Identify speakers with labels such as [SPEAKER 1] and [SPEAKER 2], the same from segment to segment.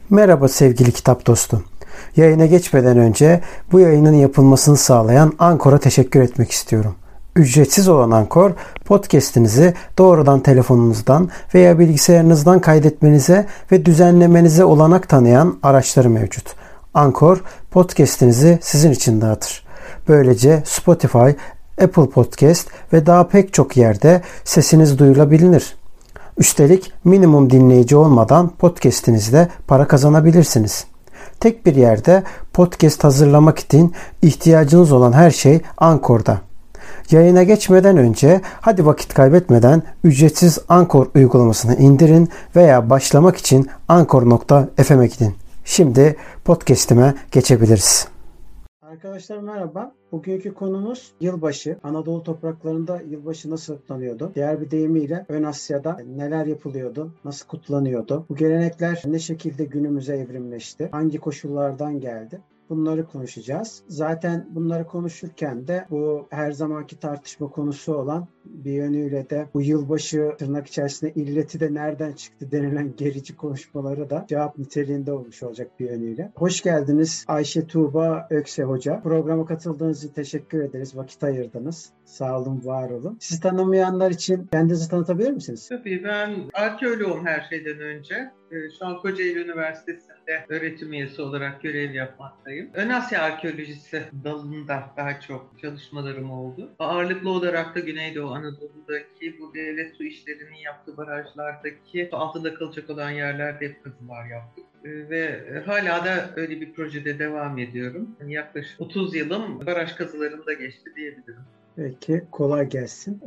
[SPEAKER 1] Merhaba sevgili kitap dostum. Yayına geçmeden önce bu yayının yapılmasını sağlayan Ankor'a teşekkür etmek istiyorum. Ücretsiz olan Ankor, podcast'inizi doğrudan telefonunuzdan veya bilgisayarınızdan kaydetmenize ve düzenlemenize olanak tanıyan araçları mevcut. Ankor, podcast'inizi sizin için dağıtır. Böylece Spotify, Apple Podcast ve daha pek çok yerde sesiniz duyulabilir. Üstelik minimum dinleyici olmadan podcast'inizde para kazanabilirsiniz. Tek bir yerde podcast hazırlamak için ihtiyacınız olan her şey Ankor'da. Yayına geçmeden önce hadi vakit kaybetmeden ücretsiz Ankor uygulamasını indirin veya başlamak için ankor.fm'e gidin. Şimdi podcast'ime geçebiliriz. Arkadaşlar merhaba. Bugünkü konumuz yılbaşı. Anadolu topraklarında yılbaşı nasıl kutlanıyordu? Diğer bir deyimiyle Ön Asya'da neler yapılıyordu? Nasıl kutlanıyordu? Bu gelenekler ne şekilde günümüze evrimleşti? Hangi koşullardan geldi? Bunları konuşacağız. Zaten bunları konuşurken de bu her zamanki tartışma konusu olan bir yönüyle de bu yılbaşı tırnak içerisinde illeti de nereden çıktı denilen gerici konuşmaları da cevap niteliğinde olmuş olacak bir yönüyle. Hoş geldiniz Ayşe Tuğba Ökse Hoca. Programa katıldığınız için teşekkür ederiz. Vakit ayırdınız. Sağ olun, var olun. Sizi tanımayanlar için kendinizi tanıtabilir misiniz?
[SPEAKER 2] Tabii, ben arkeoloğum her şeyden önce. Şu an Kocaeli Üniversitesi'nde öğretim üyesi olarak görev yapmaktayım. Ön Asya arkeolojisi dalında daha çok çalışmalarım oldu. Ağırlıklı olarak da Güneydoğu Anadolu'daki bu devlet su işlerinin yaptığı barajlardaki altında kalacak olan yerlerde hep kazılar yaptık. Ve hala da öyle bir projede devam ediyorum. Yaklaşık 30 yılım baraj kazılarında geçti diyebilirim.
[SPEAKER 1] Peki, kolay gelsin.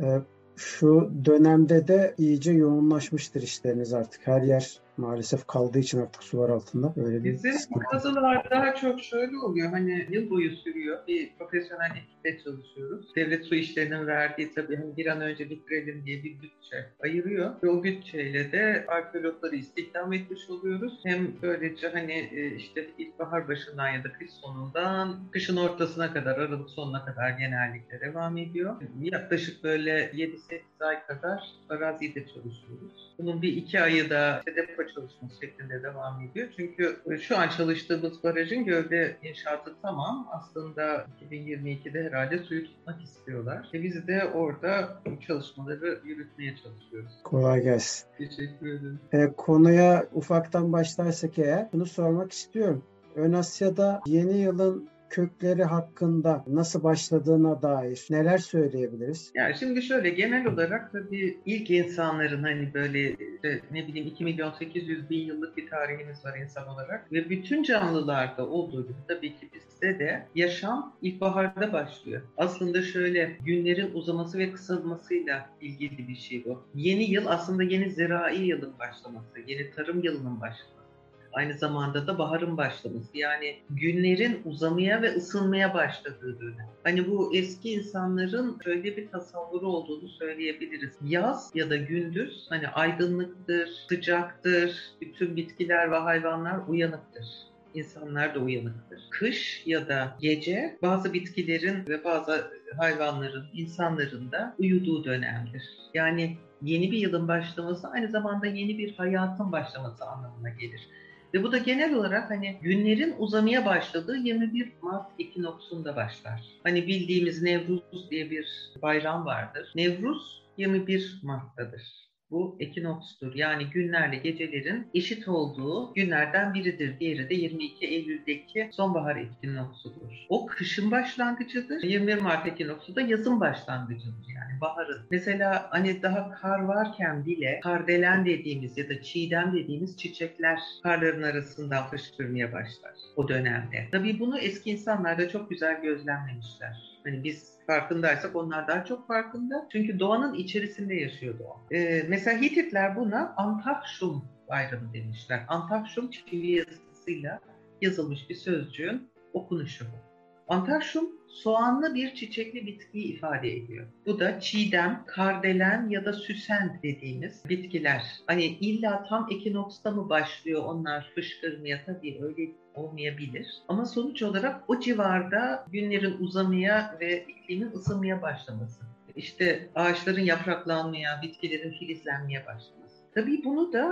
[SPEAKER 1] Şu dönemde de iyice yoğunlaşmıştır işleriniz artık. Her yer maalesef kaldığı için artık sular altında. Öyle bir
[SPEAKER 2] Bizim
[SPEAKER 1] sıkıntı.
[SPEAKER 2] kazılar daha çok şöyle oluyor. Hani yıl boyu sürüyor. Bir profesyonel ekiple çalışıyoruz. Devlet su işlerinin verdiği tabii hani bir an önce bitirelim diye bir bütçe ayırıyor. Ve o bütçeyle de arkeologları istihdam etmiş oluyoruz. Hem böylece hani işte ilkbahar başından ya da kış sonundan kışın ortasına kadar, Aralık sonuna kadar genellikle devam ediyor. Yaklaşık böyle 7-8 ay kadar arazide çalışıyoruz. Bunun bir 2 ayı da depo çalışması şeklinde devam ediyor. Çünkü şu an çalıştığımız barajın gövde inşaatı tamam. Aslında 2022'de herhalde suyu tutmak istiyorlar. Biz de orada çalışmaları yürütmeye çalışıyoruz.
[SPEAKER 1] Kolay gelsin.
[SPEAKER 2] Teşekkür ederim.
[SPEAKER 1] Konuya ufaktan başlarsak eğer bunu sormak istiyorum. Ön Asya'da yeni yılın kökleri hakkında nasıl başladığına dair neler söyleyebiliriz?
[SPEAKER 2] Yani şimdi şöyle, genel olarak tabii ilk insanların hani böyle işte, ne bileyim 2.800.000 yıllık bir tarihimiz var insan olarak ve bütün canlılarda olduğu gibi tabii ki bizde de yaşam ilkbaharda başlıyor. Aslında şöyle, günlerin uzaması ve kısalmasıyla ilgili bir şey bu. Yeni yıl aslında yeni zirai yılın başlaması, yeni tarım yılının başlaması. Aynı zamanda da baharın başlaması. Yani günlerin uzamaya ve ısınmaya başladığı dönem. Hani bu eski insanların şöyle bir tasavvuru olduğunu söyleyebiliriz. Yaz ya da gündüz hani aydınlıktır, sıcaktır, bütün bitkiler ve hayvanlar uyanıktır. İnsanlar da uyanıktır. Kış ya da gece bazı bitkilerin ve bazı hayvanların, insanların da uyuduğu dönemdir. Yani yeni bir yılın başlaması aynı zamanda yeni bir hayatın başlaması anlamına gelir. Ve bu da genel olarak hani günlerin uzamaya başladığı 21 Mart ekinoksunda başlar. Hani bildiğimiz Nevruz diye bir bayram vardır. Nevruz 21 Mart'tadır. Bu ekinokstur. Yani günlerle gecelerin eşit olduğu günlerden biridir. Diğeri de 22 Eylül'deki sonbahar ekinoksudur. O kışın başlangıcıdır. 21 Mart ekinoksu da yazın başlangıcıdır. Yani baharın. Mesela hani daha kar varken bile kardelen dediğimiz ya da çiğdem dediğimiz çiçekler karların arasından fışkırmaya başlar o dönemde. Tabii bunu eski insanlar da çok güzel gözlemlemişler. Hani biz farkındaysak onlar daha çok farkında. Çünkü doğanın içerisinde yaşıyordu o. Mesela Hititler buna Antahşum bayramı demişler. Antahşum Çivi yazısıyla yazılmış bir sözcüğün okunuşu. Antahşum soğanlı bir çiçekli bitkiyi ifade ediyor. Bu da çiğdem, kardelen ya da süsen dediğimiz bitkiler. Hani illa tam ekinoksta mı başlıyor onlar fışkırmaya, tabii öyle olmayabilir. Ama sonuç olarak o civarda günlerin uzamaya ve iklimin ısınmaya başlaması. İşte ağaçların yapraklanmaya, bitkilerin filizlenmeye başlaması. Tabii bunu da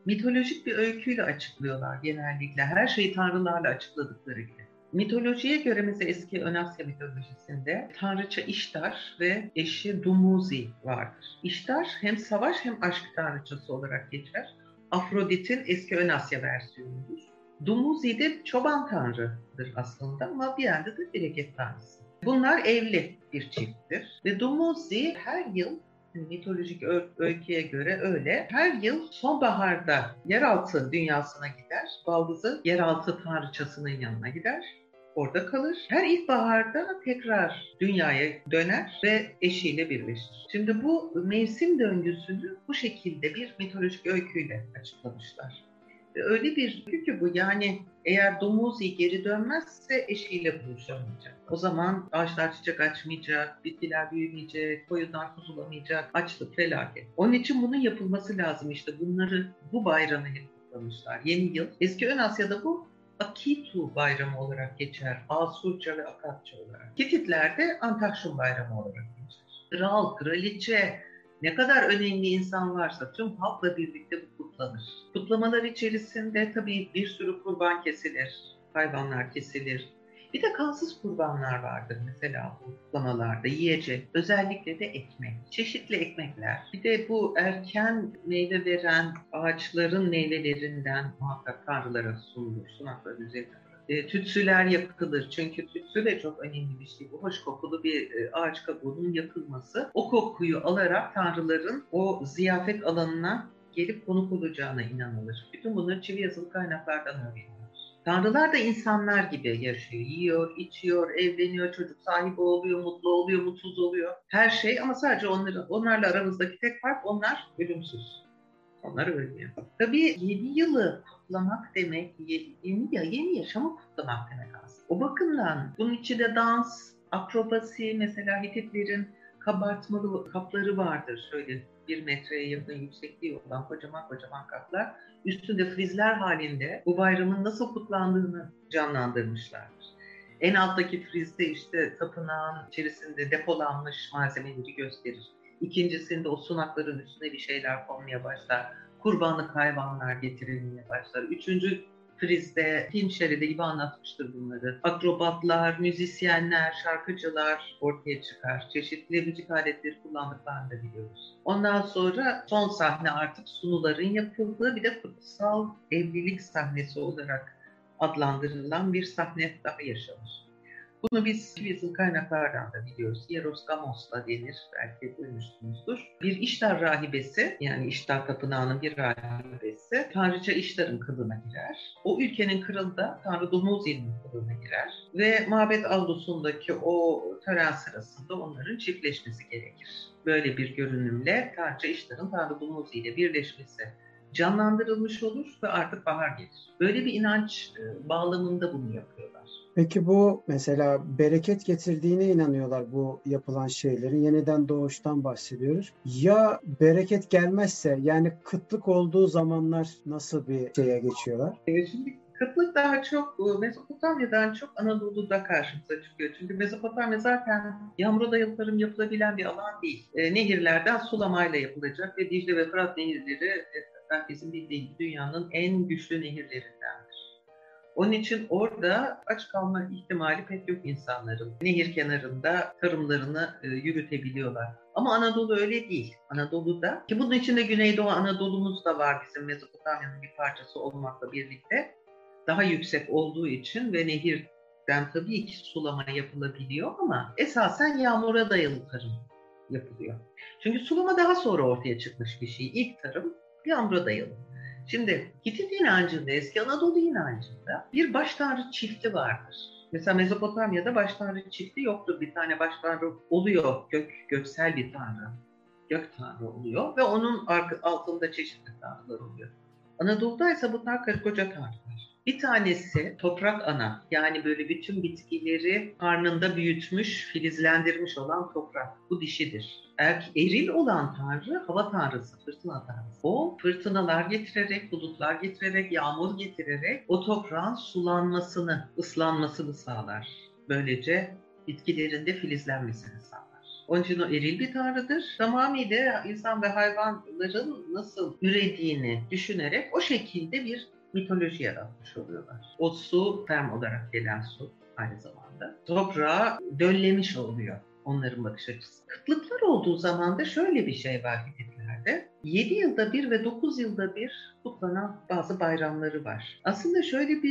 [SPEAKER 2] mitolojik bir öyküyle açıklıyorlar genellikle. Her şeyi tanrılarla açıkladıkları gibi. Mitolojiye göre mesela eski Ön Asya mitolojisinde tanrıça İştar ve eşi Dumuzi vardır. İştar hem savaş hem aşk tanrıçası olarak geçer. Afrodit'in eski Ön Asya versiyonudur. Dumuzi de çoban tanrıdır aslında ama bir yerde de bereket tanrısı. Bunlar evli bir çifttir ve Dumuzi her yıl mitolojik öyküye göre öyle. Her yıl sonbaharda yeraltı dünyasına gider. Baldızı yeraltı tanrıçasının yanına gider. Orada kalır. Her ilkbaharda tekrar dünyaya döner ve eşiyle birleşir. Şimdi bu mevsim döngüsünü bu şekilde bir mitolojik öyküyle açıklamışlar. Öyle bir öykü ki bu, yani eğer Dumuzi geri dönmezse eşiyle buluşamayacak. O zaman ağaçlar çiçek açmayacak, bitkiler büyümeyecek, koyunlar kuzulamayacak, açlık, felaket. Onun için bunun yapılması lazım işte. Bu bayramı hep kutlamışlar. Yeni yıl. Eski Ön Asya'da bu Akitu bayramı olarak geçer. Asurca ve Akatça olarak. Hititler'de Antakşum bayramı olarak geçer. Kral, kraliçe, ne kadar önemli insan varsa tüm halkla birlikte bu kutlanır. Kutlamalar içerisinde tabii bir sürü kurban kesilir, hayvanlar kesilir. Bir de kansız kurbanlar vardır mesela bu kutlamalarda, yiyecek, özellikle de ekmek, çeşitli ekmekler. Bir de bu erken meyve veren ağaçların meyvelerinden muhakkak tanrılara sunulur, sunakların üzerine. Tütsüler yakılır. Çünkü tütsü de çok önemli bir şey. Bu hoş kokulu bir ağaç kabuğunun yakılması. O kokuyu alarak tanrıların o ziyafet alanına gelip konuk olacağına inanılır. Bütün bunları çivi yazılı kaynaklardan öğreniyoruz. Tanrılar da insanlar gibi yaşıyor. Yiyor, içiyor, evleniyor, çocuk sahibi oluyor, mutlu oluyor, mutsuz oluyor. Her şey, ama sadece onlarla aramızdaki tek fark, onlar ölümsüz. Onlar ölmüyor. Tabii yeni yılı kutlamak demek, yeni yaşamı kutlamak demek aslında. O bakımdan bunun içinde dans, akrobasi, mesela Hititlerin kabartmalı kapları vardır. Şöyle 1 metreye yakın yüksekliği olan kocaman kocaman kaplar. Üstünde frizler halinde bu bayramın nasıl kutlandığını canlandırmışlardır. En alttaki frizde işte tapınağın içerisinde depolanmış malzemeleri gösterir. İkincisinde o sunakların üstüne bir şeyler konmaya başlar. Kurbanlık hayvanlar getirilmeye başlar. Üçüncü frizde, film şeridi gibi anlatmıştır bunları. Akrobatlar, müzisyenler, şarkıcılar ortaya çıkar. Çeşitli müzik aletleri kullandıklarını da biliyoruz. Ondan sonra son sahne artık sunuların yapıldığı, bir de kutsal evlilik sahnesi olarak adlandırılan bir sahne daha yaşanır. Bunu biz bizim kaynaklardan da biliyoruz. Hieros Gamos da denir, belki duymuşsunuzdur. Bir İştar rahibesi, yani İştar Tapınağı'nın bir rahibesi, Tanrıça İştar'ın kılığına girer. O ülkenin kralı da Tanrı Dumuzi'nin kılığına girer. Ve mabet avlusundaki o tören sırasında onların çiftleşmesi gerekir. Böyle bir görünümle Tanrıça İştar'ın Tanrı Dumuzi ile birleşmesi canlandırılmış olur ve artık bahar gelir. Böyle bir inanç bağlamında bunu yapıyorlar.
[SPEAKER 1] Peki bu mesela bereket getirdiğine inanıyorlar bu yapılan şeylerin. Yeniden doğuştan bahsediyoruz. Ya bereket gelmezse, yani kıtlık olduğu zamanlar nasıl bir şeye geçiyorlar?
[SPEAKER 2] Şimdi kıtlık daha çok Mezopotamya'dan çok Anadolu'da karşımıza çıkıyor. Çünkü Mezopotamya zaten yağmura dayalı tarım yapılabilen bir alan değil. Nehirlerden sulamayla yapılacak ve Dicle ve Fırat nehirleri herkesin bildiği gibi dünyanın en güçlü nehirlerindendir. Onun için orada aç kalma ihtimali pek yok insanların. Nehir kenarında tarımlarını yürütebiliyorlar. Ama Anadolu öyle değil. Anadolu'da, ki bunun içinde Güneydoğu Anadolu'muz da var, bizim Mezopotamya'nın bir parçası olmakla birlikte. Daha yüksek olduğu için ve nehirden tabii ki sulama yapılabiliyor ama esasen yağmura dayalı tarım yapılıyor. Çünkü sulama daha sonra ortaya çıkmış bir şey. İlk tarım yağmura dayalı. Şimdi Hitit inancında, eski Anadolu inancında bir baş tanrı çifti vardır. Mesela Mezopotamya'da baş tanrı çifti yoktur. Bir tane baş tanrı oluyor, göksel bir tanrı. Gök tanrı oluyor ve onun altında çeşitli tanrılar oluyor. Anadolu'da ise bunlar karı koca tanrılar. Bir tanesi toprak ana, yani böyle bütün bitkileri karnında büyütmüş, filizlendirmiş olan toprak. Bu dişidir. Eril olan tanrı hava tanrısı, fırtına tanrısı. O fırtınalar getirerek, bulutlar getirerek, yağmur getirerek o toprağın sulanmasını, ıslanmasını sağlar. Böylece bitkilerin de filizlenmesini sağlar. Onun için o eril bir tanrıdır. Tamamıyla insan ve hayvanların nasıl ürediğini düşünerek o şekilde bir mitoloji yaratmış oluyorlar. O su, sperm olarak gelen su aynı zamanda. Toprağa döllemiş oluyor onların bakış açısı. Kıtlıklar olduğu zaman da şöyle bir şey var Hititlerde. 7 yılda bir ve 9 yılda bir kutlanan bazı bayramları var. Aslında şöyle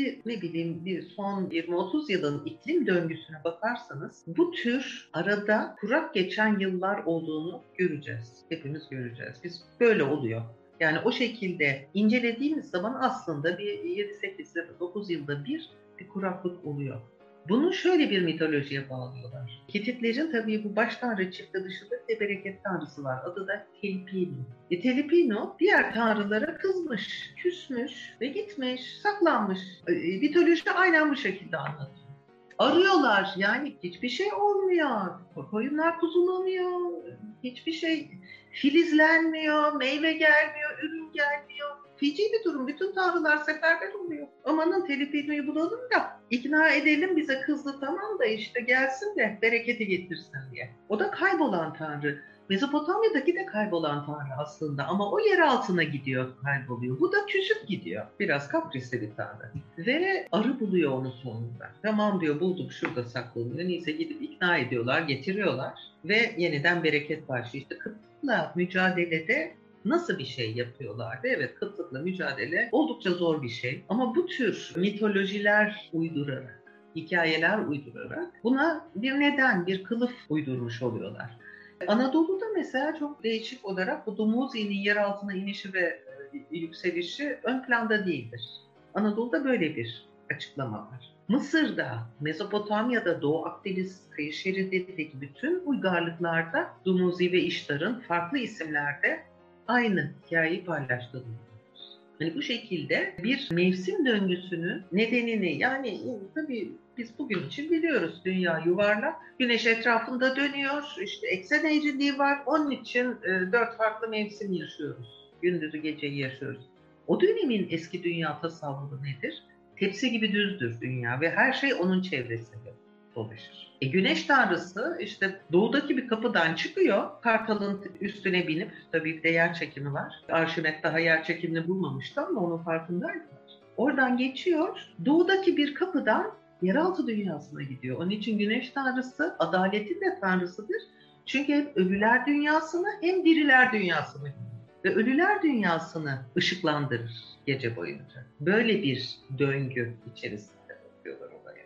[SPEAKER 2] bir son 20-30 yılın iklim döngüsüne bakarsanız bu tür arada kurak geçen yıllar olduğunu göreceğiz. Hepimiz göreceğiz. Biz böyle oluyor. Yani o şekilde incelediğimiz zaman aslında bir 7-8 ya da 9 yılda bir kuraklık oluyor. Bunu şöyle bir mitolojiye bağlıyorlar. Hititlerin tabii bu baş tanrı çifti dışında bir de bereket tanrısı var. Adı da Telipinu. Telipinu diğer tanrılara kızmış, küsmüş ve gitmiş, saklanmış. Mitoloji aynen bu şekilde anlatıyor. Arıyorlar yani hiçbir şey olmuyor. Koyunlar kuzulanıyor. Hiçbir şey filizlenmiyor, meyve gelmiyor, ürün gelmiyor. Feci bir durum. Bütün tanrılar seferber oluyor. Amanın Telipino'yu bulalım da ikna edelim, bize kızdı tamam da işte gelsin de bereketi getirsin diye. O da kaybolan tanrı. Mezopotamya'daki de kaybolan tanrı aslında ama o yer altına gidiyor, kayboluyor. Bu da küçük gidiyor. Biraz kaprisli bir tanrı. Ve arı buluyor onu sonunda. Tamam diyor, bulduk, şurada saklanıyor. Neyse gidip ikna ediyorlar, getiriyorlar. Ve yeniden bereket başlıyor. İşte kıtlıkla mücadelede nasıl bir şey yapıyorlardı? Evet, kıtlıkla mücadele oldukça zor bir şey. Ama bu tür mitolojiler uydurarak, hikayeler uydurarak buna bir neden, bir kılıf uydurmuş oluyorlar. Anadolu'da mesela çok değişik olarak bu Dumuzi'nin yer altına inişi ve yükselişi ön planda değildir. Anadolu'da böyle bir açıklama var. Mısır'da, Mezopotamya'da, Doğu Akdeniz kıyı şeridindeki bütün uygarlıklarda Dumuzi ve İştar'ın farklı isimlerde aynı hikayeyi paylaştığını görüyoruz. Yani bu şekilde bir mevsim döngüsünün nedenini, yani tabii biz bugün için biliyoruz, dünya yuvarlak, güneş etrafında dönüyor, işte eksen eğriliği var, onun için 4 farklı mevsim yaşıyoruz, gündüzü geceyi yaşıyoruz. O dönemin eski dünya tasavvuru nedir? Tepsi gibi düzdür dünya ve her şey onun çevresinde dolaşır. Güneş tanrısı işte doğudaki bir kapıdan çıkıyor, Kartal'ın üstüne binip, tabii bir de yer çekimi var. Arşimet daha yer çekimini bulmamıştı ama onun farkındaydılar. Oradan geçiyor, doğudaki bir kapıdan yeraltı dünyasına gidiyor. Onun için güneş tanrısı adaletin de tanrısıdır. Çünkü hem ölüler dünyasını hem diriler dünyasını gidiyor. Ve ölüler dünyasını ışıklandırır gece boyunca. Böyle bir döngü içerisinde bakıyorlar olaya.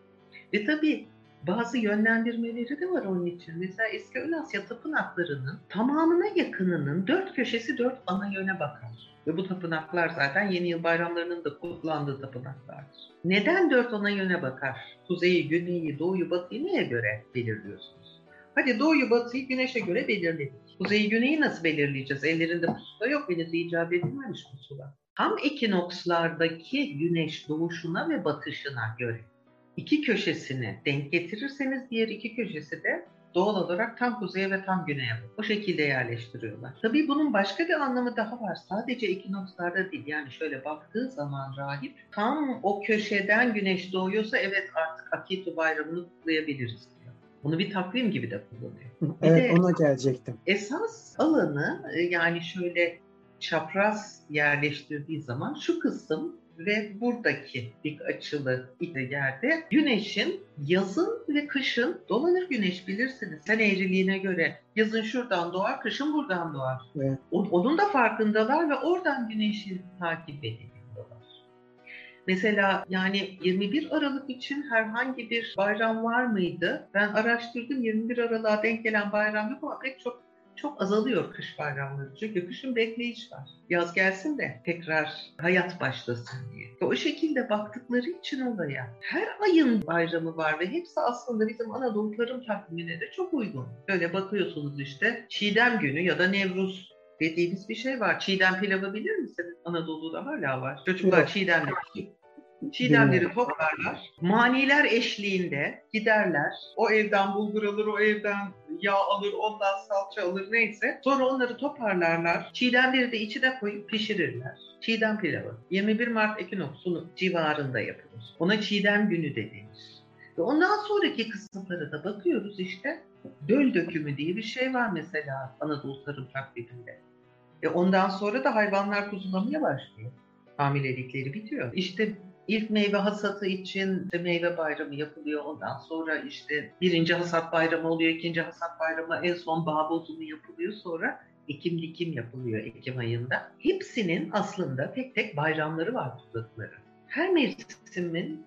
[SPEAKER 2] Ve tabii bazı yönlendirmeleri de var onun için. Mesela eski Ön Asya tapınaklarının tamamına yakınının 4 köşesi 4 ana yöne bakar. Ve bu tapınaklar zaten yeni yıl bayramlarının da kutlandığı tapınaklardır. Neden 4 ana yöne bakar? Kuzeyi, güneyi, doğuyu, batıyı neye göre belirliyorsunuz? Hadi doğuyu, batıyı güneşe göre belirledik. Kuzeyi, güneyi nasıl belirleyeceğiz? Ellerinde pusula yok, henüz icat edilmemiş pusula. Tam ekinokslardaki güneş doğuşuna ve batışına göre 2 köşesini denk getirirseniz diğer 2 köşesi de doğal olarak tam kuzeye ve tam güneye o şekilde yerleştiriyorlar. Tabii bunun başka bir anlamı daha var. Sadece ekinokslarda değil. Yani şöyle baktığı zaman rahip tam o köşeden güneş doğuyorsa evet artık Akitu bayramını kutlayabiliriz diyor. Bunu bir takvim gibi de kullanıyor.
[SPEAKER 1] Evet, ona gelecektim.
[SPEAKER 2] Esas alanı yani şöyle çapraz yerleştirdiği zaman şu kısım ve buradaki dik açılı yerde güneşin yazın ve kışın dolanır güneş, bilirsiniz. Sen eğriliğine göre yazın şuradan doğar, kışın buradan doğar.
[SPEAKER 1] Evet.
[SPEAKER 2] Onun da farkındalar ve oradan güneşi takip ediyorlar. Mesela yani 21 Aralık için herhangi bir bayram var mıydı? Ben araştırdım, 21 Aralık'a denk gelen bayram yok ama pek çok azalıyor kış bayramları. Çünkü kışın bekleyiş var. Yaz gelsin de tekrar hayat başlasın diye. Ve o şekilde baktıkları için olaya her ayın bayramı var ve hepsi aslında bizim Anadolu tarım takvimine de çok uygun. Böyle bakıyorsunuz işte Çiğdem günü ya da Nevruz dediğimiz bir şey var. Çiğdem pilavı bilir misiniz? Anadolu'da hala var. Çocuklar evet. Çiğdemleri toplarlar. Maniler eşliğinde giderler. O evden bulgur alır, o evden yağ alır, ondan salça alır neyse. Sonra onları toparlarlar. Çiğdemleri de içine koyup pişirirler. Çiğdem pilavı. 21 Mart ekinoksu civarında yapılır. Ona Çiğdem günü de denir. Ve ondan sonraki kısımlara da bakıyoruz işte. Döl dökümü diye bir şey var mesela Anadolu tarım takviminde. Ondan sonra da hayvanlar kuzulamaya başlıyor. Hamilelikleri bitiyor. İşte ilk meyve hasatı için işte meyve bayramı yapılıyor. Ondan sonra işte birinci hasat bayramı oluyor, ikinci hasat bayramı, en son bağ bozumu yapılıyor. Sonra ekim dikim yapılıyor Ekim ayında. Hepsinin aslında tek tek bayramları var, kutladıkları. Her mevsimin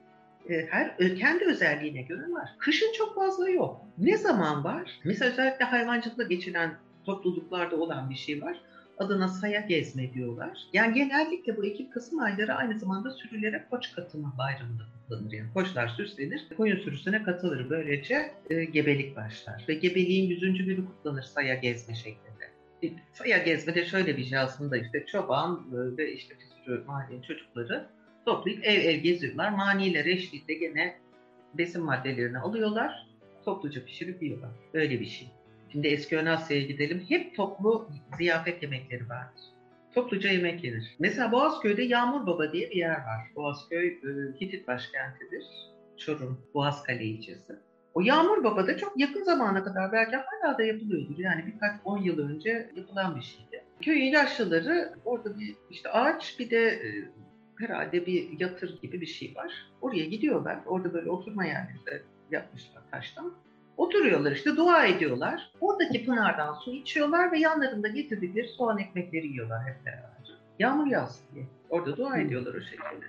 [SPEAKER 2] kendi özelliğine göre var. Kışın çok fazla yok. Ne zaman var? Mesela özellikle hayvancılıkla geçinen topluluklarda olan bir şey var. Adına saya gezme diyorlar. Yani genellikle bu Ekim-Kasım ayları aynı zamanda sürülere koç katılma bayramında kutlanır. Yani koçlar süslenir, koyun sürüsüne katılır. Böylece gebelik başlar. Ve gebeliğin 100. günü kutlanır saya gezme şeklinde. Saya gezme de şöyle bir şey aslında, işte çoban ve işte bir sürü mahallenin çocukları toplayıp ev ev geziyorlar. Maniler eşliğinde gene besin maddelerini alıyorlar, topluca pişirip yiyorlar. Öyle bir şey. Şimdi eski Ön Asya'ya gidelim. Hep toplu ziyafet yemekleri vardır. Topluca yemek yenir. Mesela Boğazköy'de Yağmur Baba diye bir yer var. Boğazköy Hitit başkentidir. Çorum, Boğazkale ilçesi. O Yağmur Baba'da çok yakın zamana kadar, belki hala da yapılıyordur. Yani birkaç 10 yıl önce yapılan bir şeydi. Köyün yaşlıları, orada bir işte ağaç, bir de herhalde bir yatır gibi bir şey var. Oraya gidiyorlar. Orada böyle oturma yerleri de yapmışlar taştan. Oturuyorlar işte, dua ediyorlar. Oradaki pınardan su içiyorlar ve yanlarında getirdikleri soğan ekmekleri yiyorlar hep beraber. Yağmur yağsın diye. Orada dua ediyorlar o şekilde.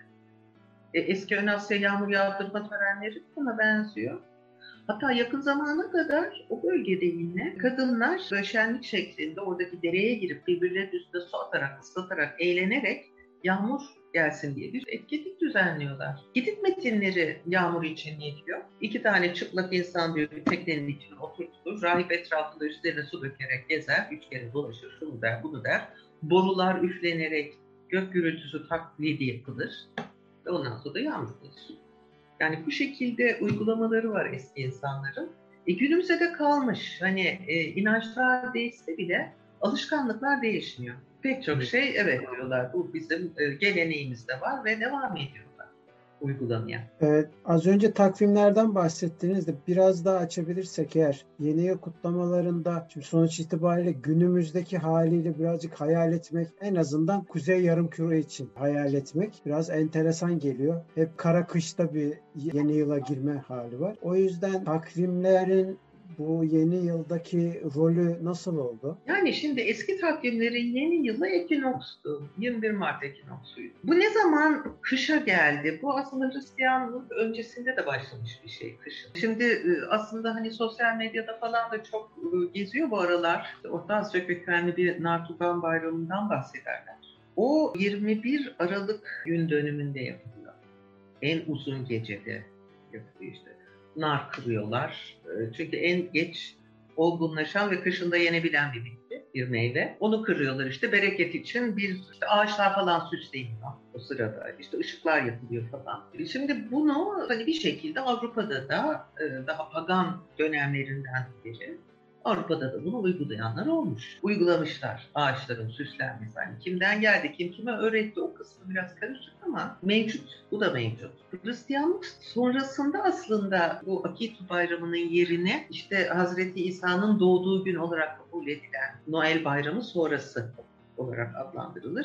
[SPEAKER 2] Eski Ön Asya yağmur yağdırma törenleri buna benziyor. Hatta yakın zamana kadar o bölgede yine kadınlar böyle şenlik şeklinde oradaki dereye girip birbirlerinin üstüne su atarak, ıslatarak, eğlenerek yağmur gelsin diye bir etkinlik düzenliyorlar. Gidip metinleri yağmur için yetiyor. 2 tane çıplak insan diyor bir teknenin içine oturtulur. Rahip etrafında üstlerine su dökerek gezer. 3 kere dolaşır, şunu der, bunu der. Borular üflenerek gök gürültüsü taklidi yapılır. Ve ondan sonra da yağmur olur. Yani bu şekilde uygulamaları var eski insanların. Günümüze de kalmış. Hani inançlar değişse bile alışkanlıklar değişmiyor. Pek çok şey evet diyorlar. Bu bizim geleneğimizde var ve devam ediyorlar uygulamaya.
[SPEAKER 1] Evet, az önce takvimlerden bahsettiniz de biraz daha açabilirsek eğer, yeni yıl kutlamalarında şimdi sonuç itibariyle günümüzdeki haliyle birazcık hayal etmek, en azından Kuzey Yarımküre için hayal etmek biraz enteresan geliyor. Hep kara kışta bir yeni yıla girme hali var. O yüzden takvimlerin bu yeni yıldaki rolü nasıl oldu?
[SPEAKER 2] Yani şimdi eski takvimlerin yeni yılı ekinokstu. 21 Mart ekinoksuydu. Bu ne zaman kışa geldi? Bu aslında Hristiyanlık öncesinde de başlamış bir şey, kışın. Şimdi aslında hani sosyal medyada falan da çok geziyor bu aralar. Orta Asya kökenli bir Nartugan Bayramı'ndan bahsederler. O 21 Aralık gün dönümünde yapılıyor. En uzun gecede yapılıyor işte. Nar kırıyorlar. Çünkü en geç olgunlaşan ve kışında yenebilen bir bitki, bir meyve. Onu kırıyorlar işte bereket için, bir işte ağaçlar falan süsleniyor o sırada. İşte ışıklar yapılıyor falan. Şimdi bunu hani bir şekilde Avrupa'da da daha pagan dönemlerinden beri Avrupa'da da bunu uygulayanlar olmuş. Uygulamışlar ağaçların süslenmesi. Yani kimden geldi, kim kime öğretti, o kısmı biraz karışık ama mevcut. Bu da mevcut. Hristiyanlık sonrasında aslında bu Akitu Bayramı'nın yerine işte Hazreti İsa'nın doğduğu gün olarak kabul edilen Noel Bayramı sonrası olarak adlandırılır.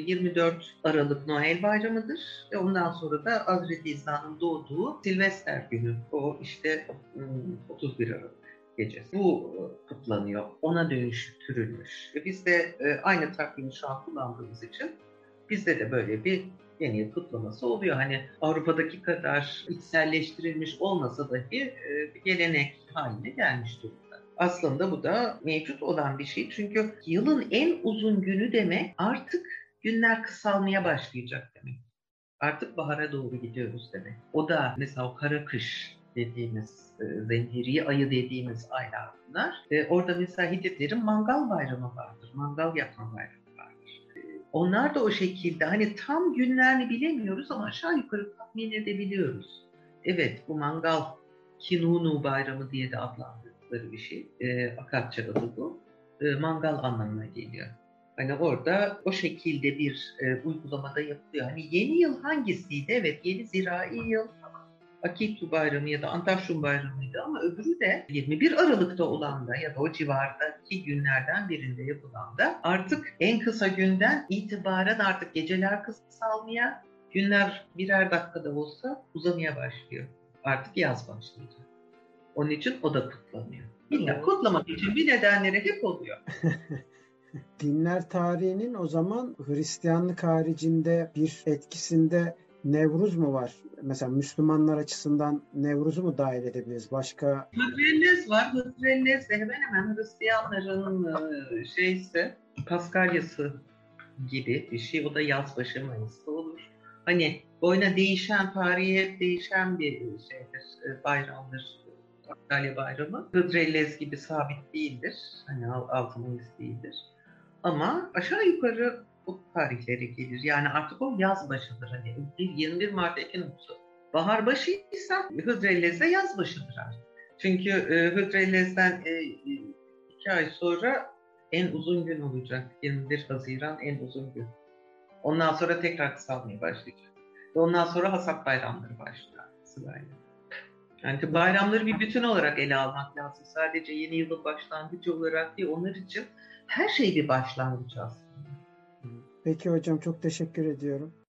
[SPEAKER 2] 24 Aralık Noel Bayramı'dır. Ve ondan sonra da Hazreti İsa'nın doğduğu Silvester günü. O işte 31 Aralık gecesi. Bu kutlanıyor. Ona dönüştürülmüş. Ve biz de aynı takvimi şu an kullandığımız için bizde de böyle bir yeni yıl kutlaması oluyor. Hani Avrupa'daki kadar içselleştirilmiş olmasa dahi bir gelenek haline gelmiş durumda. Aslında bu da mevcut olan bir şey. Çünkü yılın en uzun günü demek artık günler kısalmaya başlayacak demek. Artık bahara doğru gidiyoruz demek. O da mesela o kara kış dediğimiz, zemheri ayı dediğimiz aylar bunlar. Orada mesela Hititlerin mangal bayramı vardır. Mangal yapma bayramı vardır. Onlar da o şekilde hani tam günlerini bilemiyoruz ama aşağı yukarı tahmin edebiliyoruz. Evet, bu mangal Kinunu bayramı diye de adlandırdıkları bir şey. Akatça adı bu. Mangal anlamına geliyor. Hani orada o şekilde bir uygulamada yapılıyor. Hani yeni yıl hangisiydi? Evet, yeni zirai yıl Akitu Bayramı ya da Antafşun Bayramı'ydı ama öbürü de 21 Aralık'ta olan da ya da o civardaki günlerden birinde yapılan da artık en kısa günden itibaren artık geceler kısalmaya, günler birer dakikada olsa uzamaya başlıyor. Artık yaz başlayacak. Onun için o da kutlanıyor. Bilmiyorum, kutlamak için bir nedenleri hep oluyor.
[SPEAKER 1] Dinler tarihinin o zaman Hristiyanlık haricinde bir etkisinde Nevruz mu var? Mesela Müslümanlar açısından Nevruz'u mu dahil edebiliriz? Başka?
[SPEAKER 2] Hıdrellez var. Hıdrellez de hemen hemen Hristiyanların Paskalyası gibi bir şey. O da yazbaşı Mayıs'ta olur. Hani boyuna değişen, tarihi hep değişen bir şeydir, bayramdır. Paskalya Bayramı. Hıdrellez gibi sabit değildir. Hani 6 Mayıs değildir. Ama aşağı yukarı o tarihlere gelir. Yani artık o yaz başıdır. Hani 21 Mart Ekinoks'u bahar başıysa Hıdrellez de yaz başıdır artık. Çünkü Hıdrellez'den 2 ay sonra en uzun gün olacak. 21 Haziran en uzun gün. Ondan sonra tekrar kısalmaya başlayacak. Ve ondan sonra hasat bayramları başlar sırayla. Yani bayramları bir bütün olarak ele almak lazım. Sadece yeni yılın başlangıcı olarak değil, onlar için her şey bir başlangıç aslında.
[SPEAKER 1] Peki hocam, çok teşekkür ediyorum.